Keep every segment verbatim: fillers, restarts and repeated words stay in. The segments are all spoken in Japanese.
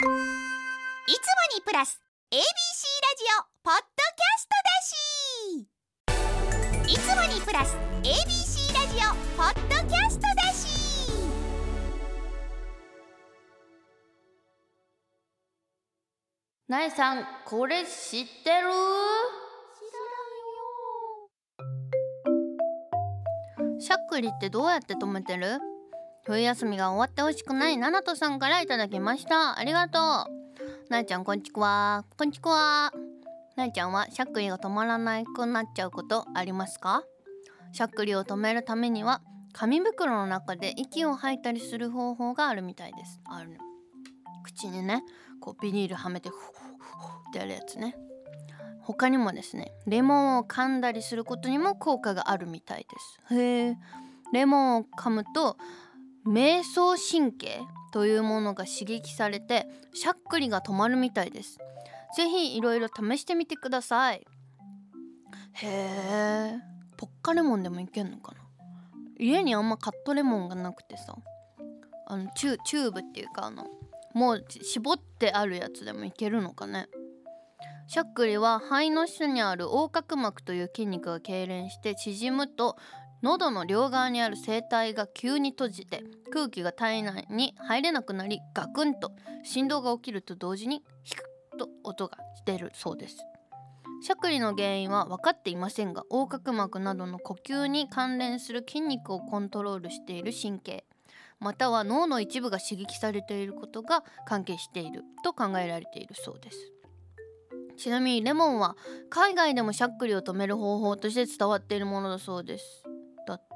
いつもにプラス エービーシー ラジオポッドキャストだしいつもにプラス エービーシー ラジオポッドキャストだしなえさん、これ知ってる？しゃっくりってどうやって止めてる？冬休みが終わってほしくないななとさんからいただきました。ありがとう。なえちゃん、こんちくわ。こんちくわ。なえちゃんはしゃっくりが止まらなくなっちゃうことありますか？しゃっくりを止めるためには紙袋の中で息を吐いたりする方法があるみたいです。あるね。口にね、こうビニールはめてフフフってやるやつね。他にもですね、レモンを噛んだりすることにも効果があるみたいです。へえ。レモンを噛むと迷走神経というものが刺激されてしゃっくりが止まるみたいです。ぜひいろいろ試してみてください。へえ。ポッカレモンでもいけんのかな。家にあんまカットレモンがなくてさ、あのチュチューブっていうか、あのもう絞ってあるやつでもいけるのかね。しゃっくりは肺の下にある横隔膜という筋肉が痙攣して縮むと、喉の両側にある声帯が急に閉じて空気が体内に入れなくなり、ガクンと振動が起きると同時にヒクッと音が出るそうです。しゃっくりの原因は分かっていませんが、横隔膜などの呼吸に関連する筋肉をコントロールしている神経、または脳の一部が刺激されていることが関係していると考えられているそうです。ちなみにレモンは海外でもしゃっくりを止める方法として伝わっているものだそうです。だって。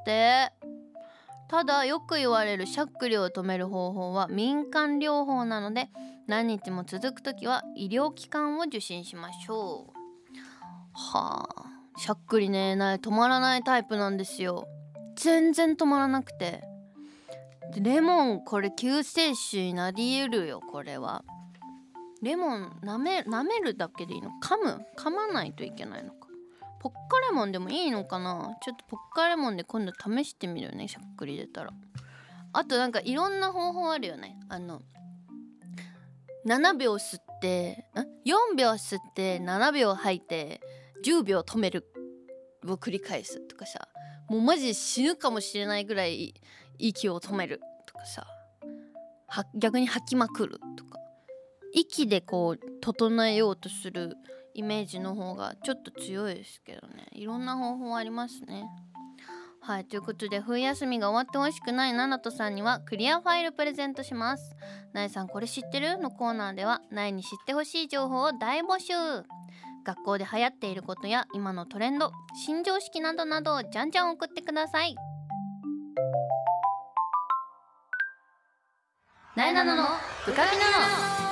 ただよく言われるしゃっくりを止める方法は民間療法なので、何日も続くときは医療機関を受診しましょう。はあ、しゃっくりね、ない止まらないタイプなんですよ。全然止まらなくて。レモン、これ救世主になり得るよ。これはレモン舐め、舐めるだけでいいの？噛む？噛まないといけないのか。ポッカレモンでもいいのかな。ちょっとポッカレモンで今度試してみるね、しゃっくり出たら。あとなんかいろんな方法あるよね。あのななびょう吸ってんよんびょう吸ってななびょう吐いてじゅうびょう止めるを繰り返すとかさ、もうマジ死ぬかもしれないぐらい息を止めるとかさ、は逆に吐きまくるとか、息でこう整えようとするイメージの方がちょっと強いですけどね。いろんな方法ありますね。はい、ということで冬休みが終わってほしくないナナトさんにはクリアファイルプレゼントします。なえさんこれ知ってる？のコーナーではなえに知ってほしい情報を大募集。学校で流行っていることや今のトレンド、新常識などなどじゃんじゃん送ってください。なえなののブカピナノ。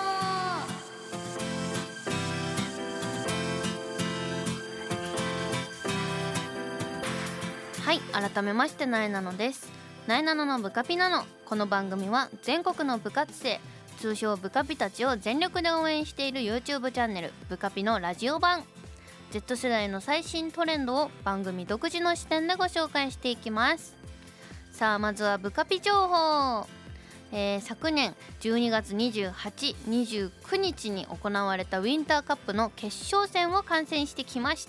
はい、改めましてなえなのです。なえなののブカピナノ。この番組は全国の部活生、通称ブカピたちを全力で応援している YouTube チャンネルブカピのラジオ版。 Z 世代の最新トレンドを番組独自の視点でご紹介していきます。さあまずはブカピ情報。えー、昨年じゅうにがつにじゅうはち、にじゅうくにちに行われたウィンターカップの決勝戦を観戦してきました。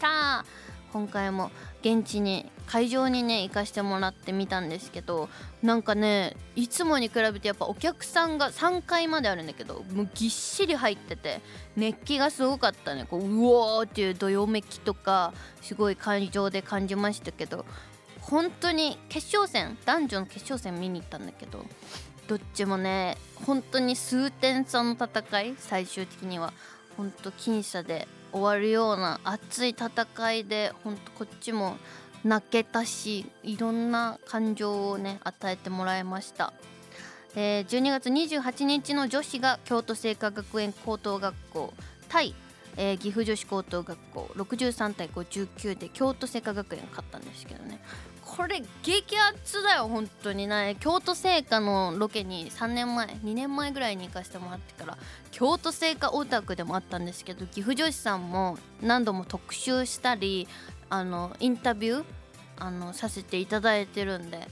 今回も現地に会場にね行かしてもらってみたんですけど、なんかねいつもに比べてやっぱお客さんがさんかいまであるんだけど、もうぎっしり入ってて熱気がすごかったね。こううおーっていうどよめきとかすごい会場で感じましたけど、本当に決勝戦、男女の決勝戦見に行ったんだけど、どっちもね本当に数点差の戦い、最終的には本当僅差で終わるような熱い戦いで、本当こっちも泣けたし、いろんな感情をね与えてもらいました。えー、じゅうにがつにじゅうはちにちの女子が京都精華学園高等学校対、えー、岐阜女子高等学校ろくじゅうさんたいごじゅうきゅうで京都精華学園勝ったんですけどね、これ激アツだよ本当にね。京都精華のロケにさんねんまえにねんまえぐらいに行かせてもらってから京都精華オタクでもあったんですけど、岐阜女子さんも何度も特集したりあのインタビューあのさせていただいてるんで、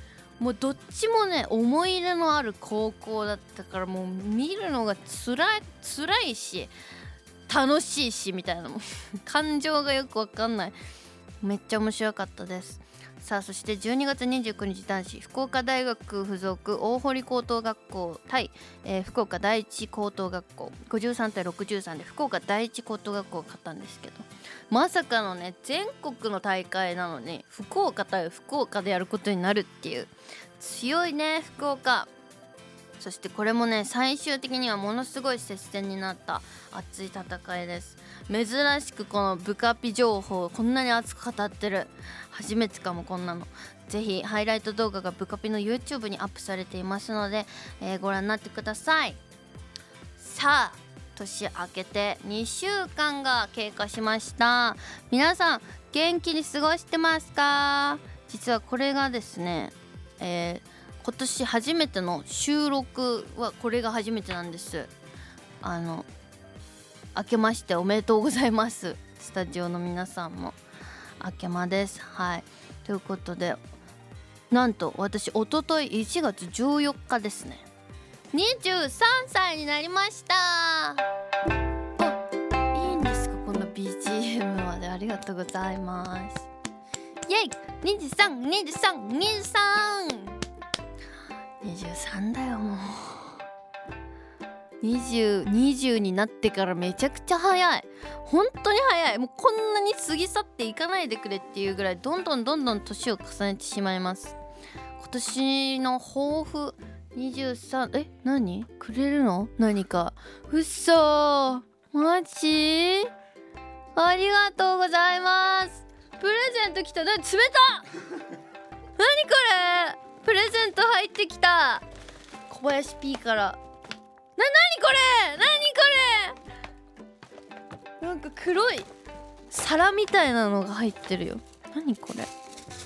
もうどっちもね思い入れのある高校だったから、もう見るのがつらいつらいし楽しいしみたいなもん感情がよくわかんない。めっちゃ面白かったです。さあそしてじゅうにがつにじゅうくにち男子福岡大学附属大堀高等学校対、えー、福岡第一高等学校ごじゅうさんたいろくじゅうさんで福岡第一高等学校が勝ったんですけど、まさかのね全国の大会なのに福岡対福岡でやることになるっていう、強いね福岡。そしてこれもね最終的にはものすごい接戦になった熱い戦いです。珍しくこのブカピ情報をこんなに熱く語ってる、初めてかもこんなの。ぜひハイライト動画がブカピの YouTube にアップされていますので、えー、ご覧になってください。さあ年明けてにしゅうかんが経過しました。皆さん元気に過ごしてますか？実はこれがですね、えー今年初めての収録はこれが初めてなんです。あの明けましておめでとうございます。スタジオの皆さんも明けまです。はい、ということでなんと私おとといいちがつじゅうよっかですね、にじゅうさんさいになりました。あ、いいんですかこんな ビージーエム まで。ありがとうございます。イエイにじゅうさん、にじゅうさん、にじゅうさんにじゅうさんだよもう。にじゅう、にじゅうになってからめちゃくちゃ早い。本当に早い。もうこんなに過ぎ去っていかないでくれっていうぐらいどんどんどんどん年を重ねてしまいます。今年の抱負にじゅうさん、え、何くれるの？何か。うっそー、マジ？ありがとうございます。プレゼント来た。な、冷たっ何これ、プレゼント入ってきた。小林 P からな、なにこれ、なにこれ、なんか黒い皿みたいなのが入ってるよ。なにこれ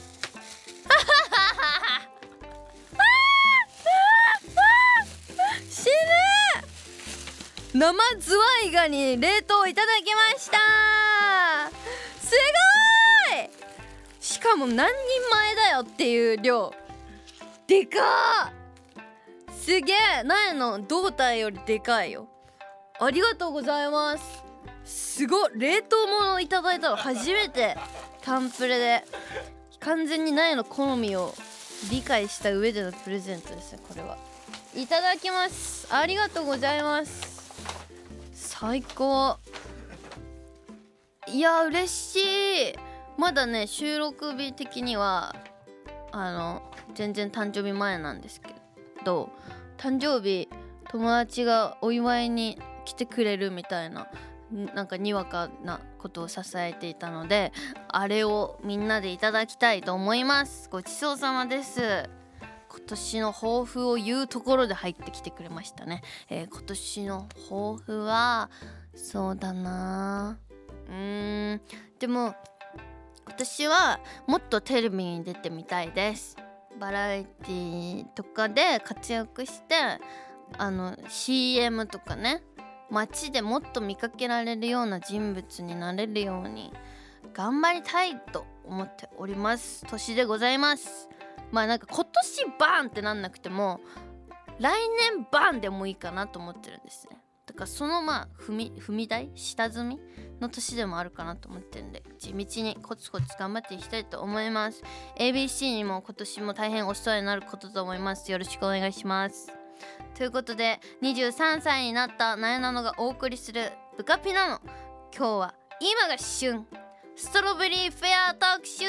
死ぬ。生ズワイガニ冷凍いただきました。すごい。しかも何人前だよっていう量。でかー、すげえ。苗の胴体よりでかいよ。ありがとうございます。すごい、冷凍物をいただいたの初めて。タンプレで完全に苗の好みを理解した上でのプレゼントですね。これはいただきます。ありがとうございます。最高。いや嬉しい。まだね収録日的にはあの全然誕生日前なんですけど、誕生日友達がお祝いに来てくれるみたいな、なんかにわかなことを支えていたので、あれをみんなでいただきたいと思います。ごちそうさまです。今年の抱負を言うところで入ってきてくれましたね。えー、今年の抱負はそうだな、うーんでも今年はもっとテレビに出てみたいです。バラエティとかで活躍して、あの シーエム とかね、街でもっと見かけられるような人物になれるように頑張りたいと思っております年でございます。まあなんか今年バーンってなんなくても来年バーンでもいいかなと思ってるんですね。だからそのまあ踏み踏み台下積みの年でもあるかなと思ってるんで、地道にコツコツ頑張っていきたいと思います。 エービーシー にも今年も大変お世話になることと思います。よろしくお願いします。ということでにじゅうさんさいになったなえなのがお送りするブカピナの今日は今が旬ストロベリーフェア特集。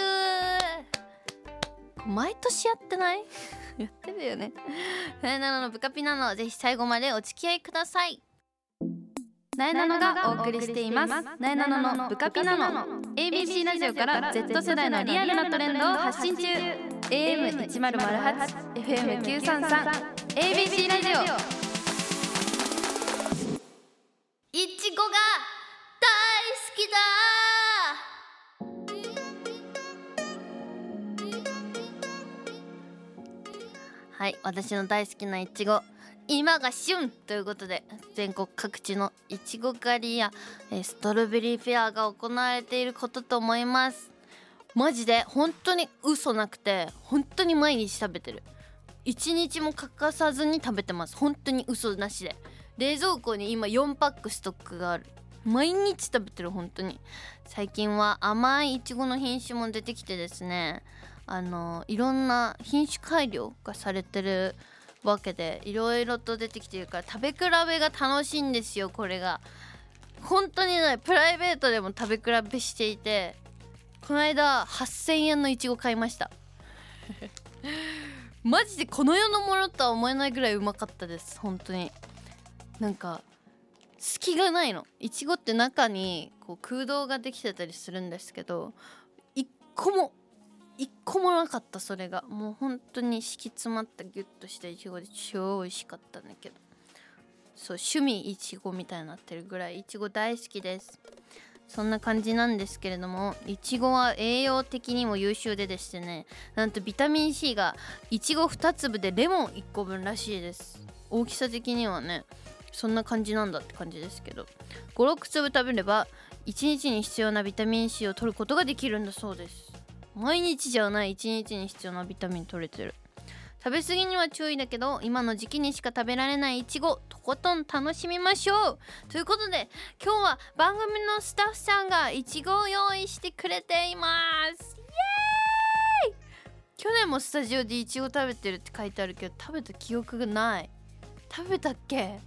毎年やってないやってるよね。なえなののブカピナのぜひ最後までお付き合いください。 なえなのがお送りしていますなえなののブカピナの エービーシー ラジオから Z 世代のリアルなトレンドを発信中。 エーエムいちまるまるはち エフエムきゅうさんさん エービーシー ラジオ。 いちごが大好きだ。はい、私の大好きないちご今が旬ということで、全国各地のいちご狩りやえストロベリーフェアが行われていることと思います。マジで本当に嘘なくて本当に毎日食べてる。 一日も欠かさずに食べてます。本当に嘘なしで。冷蔵庫に今よんパックストックがある。毎日食べてる。本当に最近は甘いいちごの品種も出てきてですね、あのいろんな品種改良がされてるわけで、いろいろと出てきてるから食べ比べが楽しいんですよ。これが本当にね、プライベートでも食べ比べしていて、この間はっせんえんのいちご買いましたマジでこの世のものとは思えないぐらいうまかったです。本当になんか隙がないの。いちごって中にこう空洞ができてたりするんですけど、一個も一個もなかった。それがもう本当に敷き詰まったギュッとしたいちごで超美味しかったんだけど、そう趣味いちごみたいになってるぐらいいちご大好きです。そんな感じなんですけれども、いちごは栄養的にも優秀ででしてね、なんとビタミン C がいちごにつぶでレモンいっこぶんらしいです。大きさ的にはねそんな感じなんだって感じですけど、ごろくつぶ食べればいちにちに必要なビタミン C を取ることができるんだそうです。毎日じゃない、いちにちに必要なビタミン取れてる。食べ過ぎには注意だけど、今の時期にしか食べられないいちご、とことん楽しみましょう。ということで今日は番組のスタッフさんがいちごを用意してくれています。イエーイ。去年もスタジオでいちご食べてるって書いてあるけど、食べた記憶がない。食べたっけ？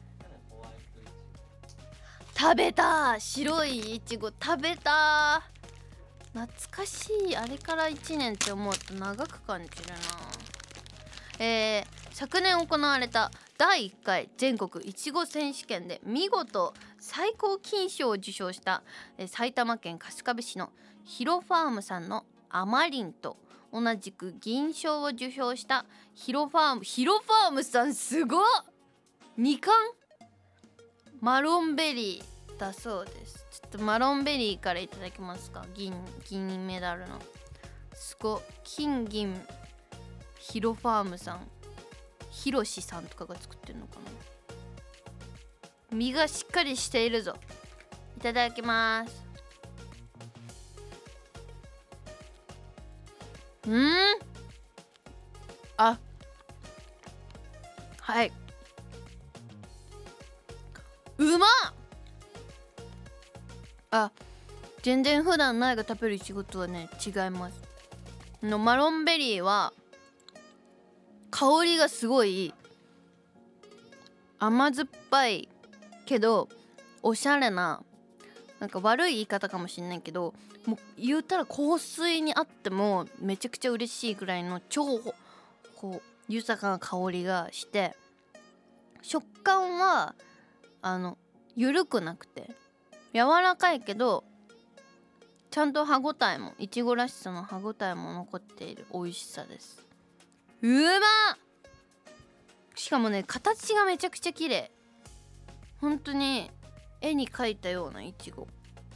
食べた。白いいちご食べた。懐かしい。あれからいちねんって思うと長く感じるな。えー、昨年行われただいいっかい全国いちご選手権で見事最高金賞を受賞した、えー、埼玉県春日部市のヒロファームさんのあまりんと同じく銀賞を受賞したヒロファームヒロファームさんすごっにかんマロンベリーだそうです。ちょっとマロンベリーからいただきますか。銀銀メダルのすごっ。金銀ヒロファームさん、ヒロシさんとかが作ってるのかな。身がしっかりしているぞ。いただきます。うん、あ、はい、うまっ。あ、全然普段ないが食べるいちごとはね違います。のマロンベリーは香りがすごい甘酸っぱいけどおしゃれな、なんか悪い言い方かもしんないけど、もう言うたら香水にあってもめちゃくちゃ嬉しいぐらいの超こう豊かな香りがして、食感はあの緩くなくて柔らかいけどちゃんと歯ごたえもいちごらしさの歯ごたえも残っている美味しさです。うまっ。しかもね形がめちゃくちゃ綺麗。本当に絵に描いたようないちご。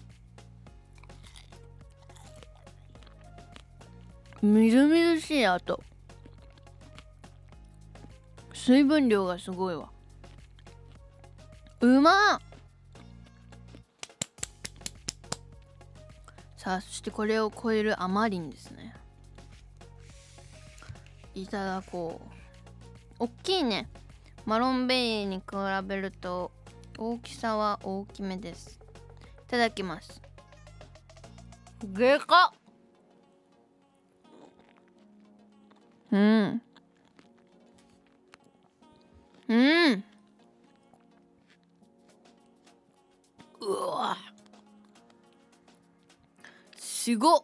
みずみずしい。あと水分量がすごいわ。うまっ。さあそしてこれを超えるあまりんですね。いただこう。おっきいね。マロンベリーに比べると大きさは大きめです。いただきます。でかっ。うんうんうわすごっ。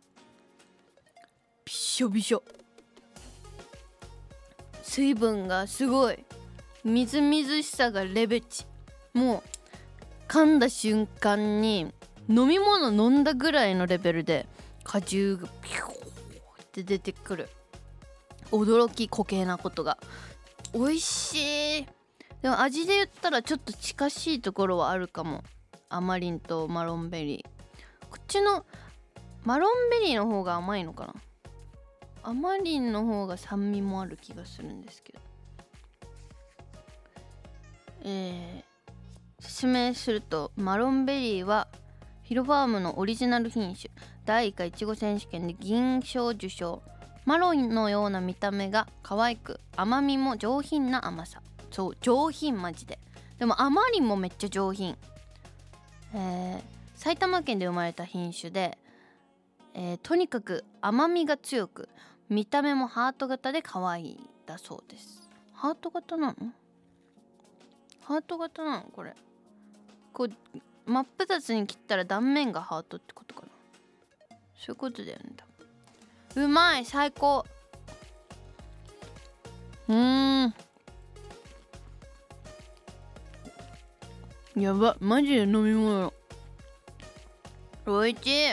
びしょびしょ。水分がすごい。みずみずしさがレベチ。もう噛んだ瞬間に飲み物飲んだぐらいのレベルで果汁がピューって出てくる。驚き固形なことが美味しい。でも味で言ったらちょっと近しいところはあるかも。あまりんとマロンベリー。こっちのマロンベリーの方が甘いのかな。あまりんの方が酸味もある気がするんですけど、えー、説明するとマロンベリーはヒロファームのオリジナル品種だいいっかいいちご選手権で銀賞受賞マロンのような見た目が可愛く、甘みも上品な甘さ。そう上品マジで。でもあまりもめっちゃ上品。えー、埼玉県で生まれた品種で、えー、とにかく甘みが強く、見た目もハート型で可愛いだそうです。ハート型なの？ハート型なのこれ。こう真っ二つに切ったら断面がハートってことかな。そういうことだよね。うまい、最高。うーん、やば、マジで飲み物おいしい。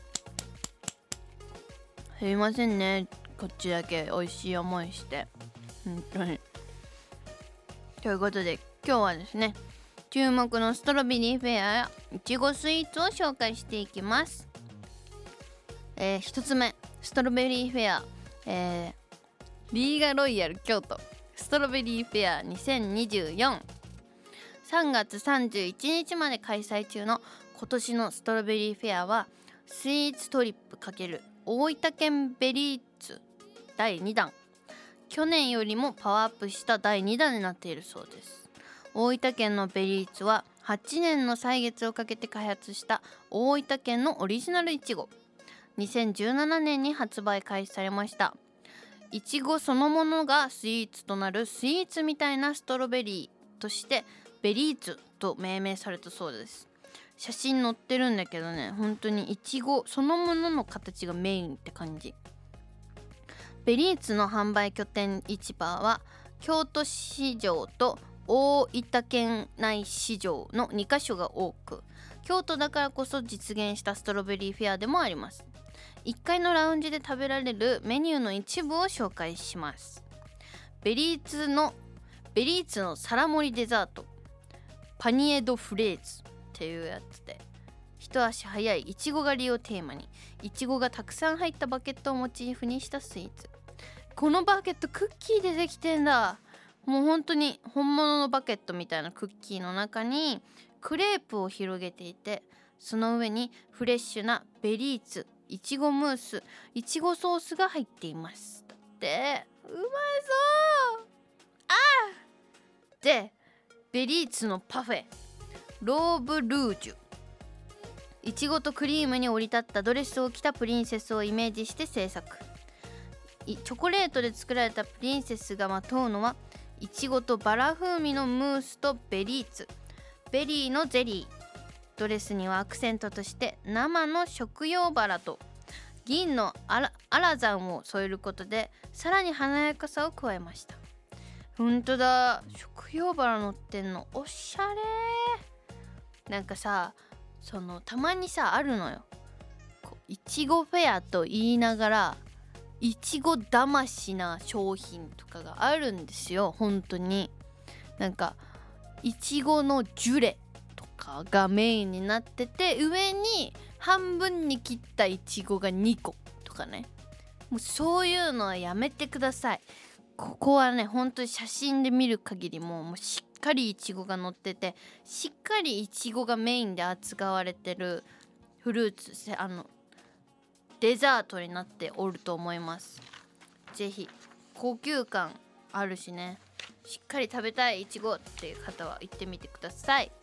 すいませんね、こっちだけ美味しい思いして本当に。ということで今日はですね、注目のストロベリーフェアやいちごスイーツを紹介していきます。えー、ひとつめ、ストロベリーフェア、えー、リーガロイヤル京都ストロベリーフェアにせんにじゅうよん、さんがつさんじゅういちにちまで開催中の今年のストロベリーフェアは、スイーツトリップ×大分県ベリーツだいにだん、去年よりもパワーアップしただいにだんになっているそうです。大分県のベリーツははちねんの歳月をかけて開発した大分県のオリジナルいちご。にせんじゅうななねんに発売開始されました。いちごそのものがスイーツとなるスイーツみたいなストロベリーとしてベリーツと命名されたそうです。写真載ってるんだけどね、本当にいちごそのものの形がメインって感じ。ベリーツの販売拠点市場は京都市場と大分県内市場のにかしょが多く、京都だからこそ実現したストロベリーフェアでもあります。いっかいのラウンジで食べられるメニューの一部を紹介します。ベリーツのベリーツのサラモリデザートパニエドフレーズっていうやつで、一足早いいちご狩りをテーマに、いちごがたくさん入ったバケットをモチーフにしたスイーツ。このバケットクッキーでできてんだ。もう本当に本物のバケットみたいなクッキーの中にクレープを広げていて、その上にフレッシュなベリーツいちごムースいちごソースが入っています。だってうまそうあーで、ベリーツのパフェローブルージュ、いちごとクリームに降り立ったドレスを着たプリンセスをイメージして制作。チョコレートで作られたプリンセスがまとうのはいちごとバラ風味のムースとベリーツベリーのゼリー。ドレスにはアクセントとして生の食用バラと銀のアラ、アラザンを添えることでさらに華やかさを加えました。ほんとだ、食用バラ乗ってんのおしゃれ。なんかさ、そのたまにさあるのよ、いちごフェアと言いながらいちごだましな商品とかがあるんですよ。本当になんかいちごのジュレとかがメインになってて、上に半分に切ったいちごがにことかね。もうそういうのはやめてください。ここはね、本当に写真で見る限りもう、もうしっかりいちごが乗ってて、しっかりいちごがメインで扱われてるフルーツ、あのデザートになっておると思います。ぜひ高級感あるしね、しっかり食べたいいちごっていう方は行ってみてください。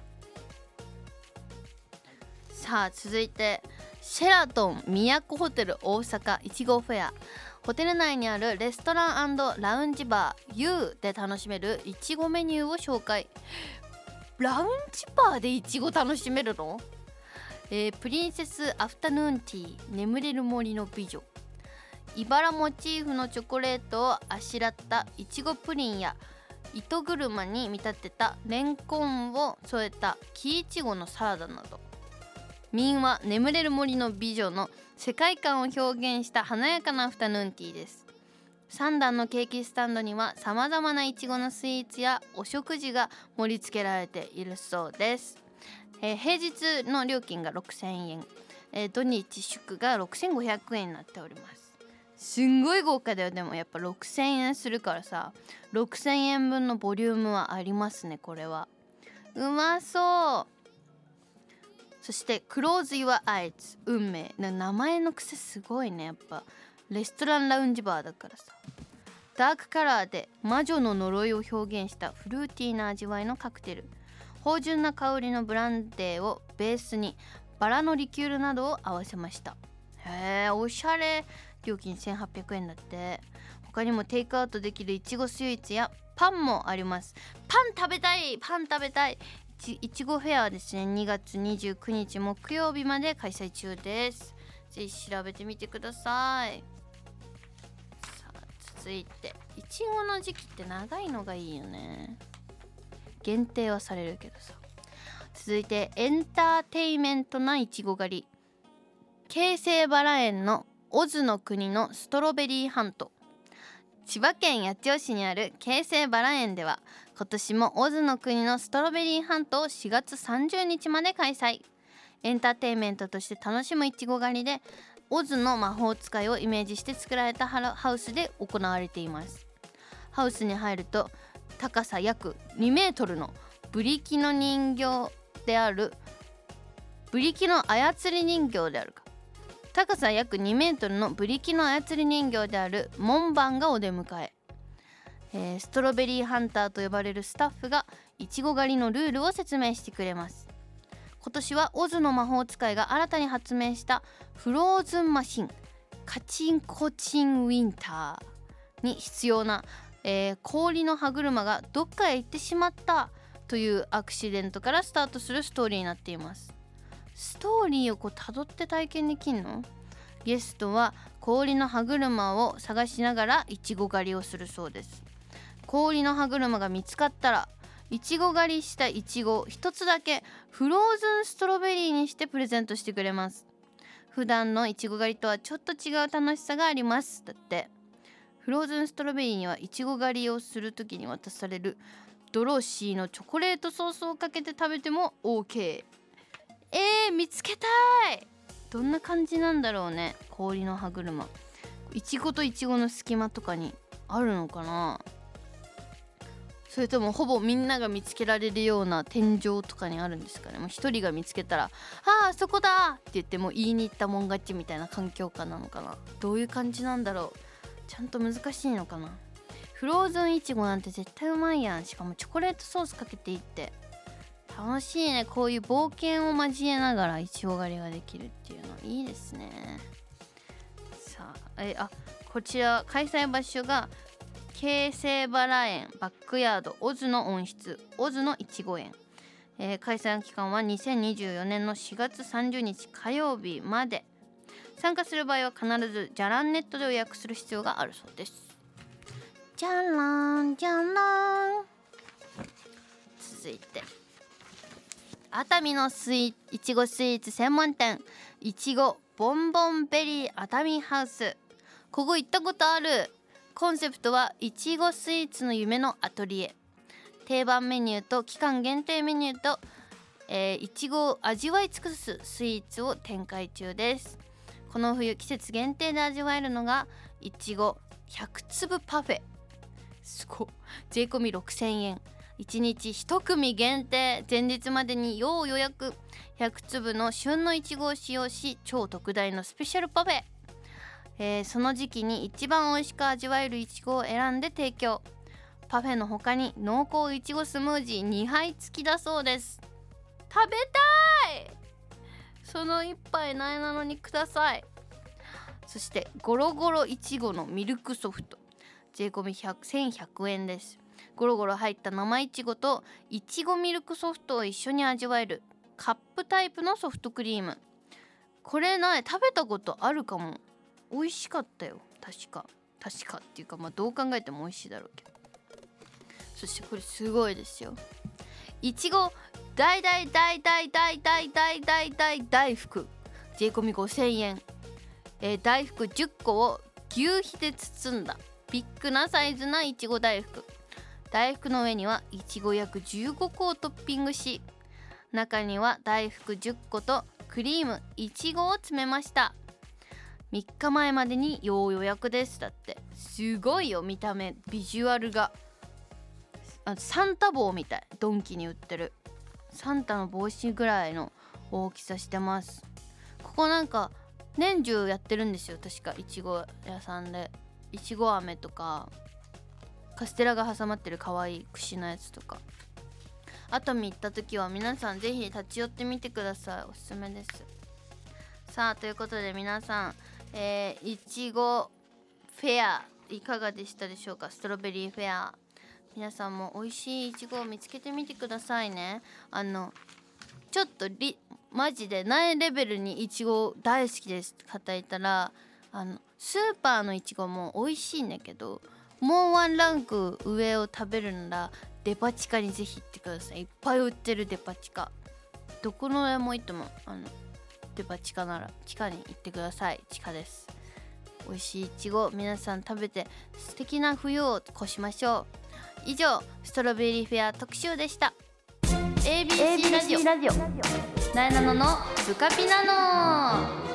さあ続いて、シェラトン都ホテル大阪いちごフェア。ホテル内にあるレストラン&ラウンジバー U で楽しめるいちごメニューを紹介。ラウンジバーでいちご楽しめるの？えー、プリンセスアフタヌーンティー眠れる森の美女。茨モチーフのチョコレートをあしらったいちごプリンや糸車に見立てたレンコンを添えた木いちごのサラダなど、民話眠れる森の美女の世界観を表現した華やかなアフタヌーンティーです。さんだんのケーキスタンドにはさまざまないちごのスイーツやお食事が盛り付けられているそうです。えー、平日の料金がろくせんえん、えー、土日祝がろくせんごひゃくえんになっております。すんごい豪華だよ。でもやっぱろくせんえんするからさ、ろくせんえんぶんのボリュームはありますね。これはうまそう。そして Close Your Eyes 運命な名前の癖すごいね。やっぱレストランラウンジバーだからさ。ダークカラーで魔女の呪いを表現したフルーティーな味わいのカクテル。芳醇な香りのブランデーをベースにバラのリキュールなどを合わせました。へー、おしゃれ。料金せんはっぴゃくえんだって。他にもテイクアウトできるいちごスイーツやパンもあります。パン食べたいパン食べたいいちごフェアはですね、にがつにじゅうくにち木曜日まで開催中です。ぜひ調べてみてください。さあ続いて、いちごの時期って長いのがいいよね。限定はされるけどさ。続いて、エンターテイメントないちご狩り。京成バラ園のオズの国のストロベリーハント。千葉県八千代市にある京成バラ園では、今年もオズの国のストロベリーハントをしがつさんじゅうにちまで開催。エンターテインメントとして楽しむいちご狩りで、オズの魔法使いをイメージして作られたハウスで行われています。ハウスに入ると、高さ約にメートルのブリキの人形であるブリキの操り人形であるか高さ約にメートルのブリキの操り人形であるモンバンがお出迎ええー、ストロベリーハンターと呼ばれるスタッフがいちご狩りのルールを説明してくれます。今年はオズの魔法使いが新たに発明したフローズンマシンカチンコチンウィンターに必要な、えー、氷の歯車がどっかへ行ってしまったというアクシデントからスタートするストーリーになっています。ストーリーをこう辿って体験できんの？ゲストは氷の歯車を探しながらいちご狩りをするそうです。氷の歯車が見つかったら、いちご狩りしたいちごを一つだけフローズンストロベリーにしてプレゼントしてくれます。普段のいちご狩りとはちょっと違う楽しさがあります。だって。フローズンストロベリーにはいちご狩りをするときに渡されるドロシーのチョコレートソースをかけて食べても OK。 えー、見つけたい。どんな感じなんだろうね。氷の歯車、いちごといちごの隙間とかにあるのかな。それともほぼみんなが見つけられるような天井とかにあるんですかね。もう一人が見つけたら、ああそこだって言っても言いに行ったもん勝ちみたいな環境下なのかな。どういう感じなんだろう。ちゃんと難しいのかな。フローズンいちごなんて絶対うまいやん。しかもチョコレートソースかけていいって楽しいね。こういう冒険を交えながらいちご狩りができるっていうのいいですね。さあ、えあこちら開催場所が京成バラ園バックヤードオズの温室オズのいちご園、えー、開催期間はにせんにじゅうよねんのしがつさんじゅうにち火曜日まで。参加する場合は必ずじゃらんネットで予約する必要があるそうです。じゃらんじゃらん。続いて、熱海のスイいちごスイーツ専門店いちごボンボンベリー熱海ハウス。ここ行ったことある。コンセプトはいちごスイーツの夢のアトリエ。定番メニューと期間限定メニューと、えー、いちごを味わい尽くすスイーツを展開中です。この冬季節限定で味わえるのがいちごひゃくつぶパフェ。すごい。税込みろくせんえん。いちにちいち組限定。前日までに要予約。ひゃくつぶの旬のいちごを使用し、超特大のスペシャルパフェ。えー、その時期に一番美味しく味わえるいちごを選んで提供。パフェの他に濃厚いちごスムージーにはい付きだそうです。食べたい。その一杯ないなのにください。そしてゴロゴロいちごのミルクソフト。税込みせんひゃくえんです。ゴロゴロ入った生いちごといちごミルクソフトを一緒に味わえるカップタイプのソフトクリーム。これない食べたことあるかも。美味しかったよ。確か確かっていうか、まあどう考えても美味しいだろうけど。そしてこれすごいですよ。いちご大大大大大大大大大大福。税込みごせんえん。えー、大福じゅっこを牛皮で包んだビッグなサイズないちご大福。大福の上にはいちご約じゅうごこをトッピングし、中には大福じゅっことクリームいちごを詰めました。みっかまえまでに要予約です。だってすごいよ。見た目ビジュアルがあサンタ帽みたい。ドンキに売ってるサンタの帽子ぐらいの大きさしてます。ここなんか年中やってるんですよ確か。いちご屋さんでいちご飴とかカステラが挟まってる可愛い串のやつとか。熱海行った時は皆さんぜひ立ち寄ってみてください。おすすめです。さあということで皆さん、えー、いちごフェアいかがでしたでしょうか。ストロベリーフェア、皆さんも美味しいいちごを見つけてみてくださいね。あのちょっとリマジで苗レベルにいちご大好きですって方いたら、あのスーパーのいちごも美味しいんだけど、もうワンランク上を食べるならデパ地下にぜひ行ってください。いっぱい売ってるデパ地下、どこのでもいいと思う。あのデパ地下なら地下に行ってください。地下です。美味しいいちご皆さん食べて素敵な冬を越しましょう。以上ストロベリーフェア特集でした。 エービーシー ラジオ、ラジオなえなののブカピナノ。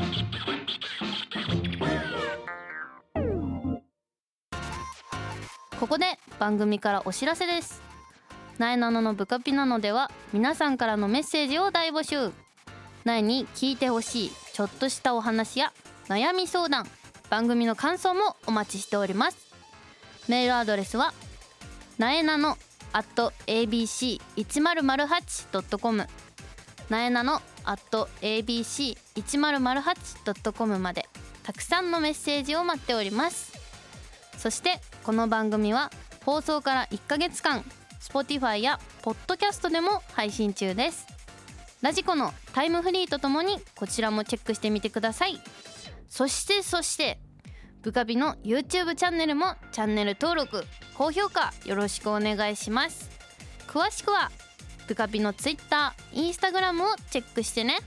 ここで番組からお知らせです。なえなののブカピナノでは皆さんからのメッセージを大募集。なえに聞いてほしいちょっとしたお話や悩み相談、番組の感想もお待ちしております。メールアドレスはなえなの アットエービーシーいちまるまるはちドットコム なえなの アットエービーシーいちまるまるはちドットコム までたくさんのメッセージを待っております。そしてこの番組は放送からいっかげつかん Spotify や Podcast でも配信中です。ラジコのタイムフリーとともにこちらもチェックしてみてください。そしてそしてブカビの YouTube チャンネルもチャンネル登録高評価よろしくお願いします。詳しくはブカビの Twitter、Instagram をチェックしてね。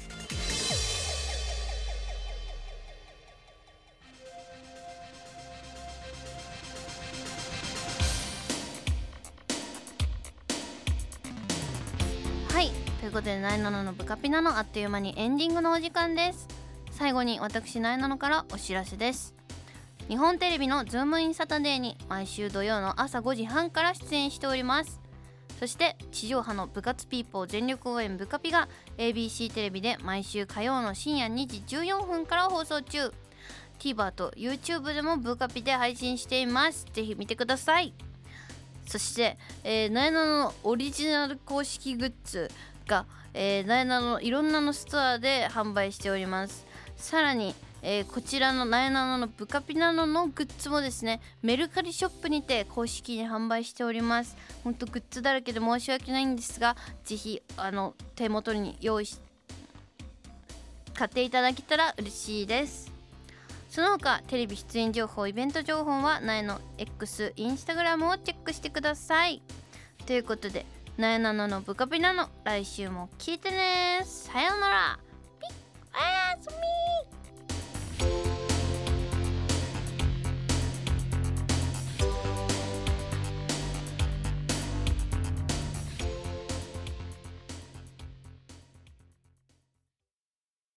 はい、ということでなえなののブカピナのあっという間にエンディングのお時間です。最後に私なえなのからお知らせです。日本テレビのズームインサタデーに毎週土曜の朝ごじはんから出演しております。そして地上波の部活ピーポー全力応援ブカピが エービーシー テレビで毎週火曜の深夜にじじゅうよんぷんから放送中。 TVer と YouTube でもブカピで配信しています。ぜひ見てください。そして、えー、なえなののオリジナル公式グッズが、えー、なえなののいろんなのストアで販売しております。さらに、えー、こちらのなえなののブカピナノのグッズもですね、メルカリショップにて公式に販売しております。ほんとグッズだらけで申し訳ないんですが、ぜひあの手元に用意し買っていただけたら嬉しいです。その他テレビ出演情報、イベント情報はなえの X、インスタグラムをチェックしてください。ということでなえなののブカピナノ、来週も聞いてね。さようなら。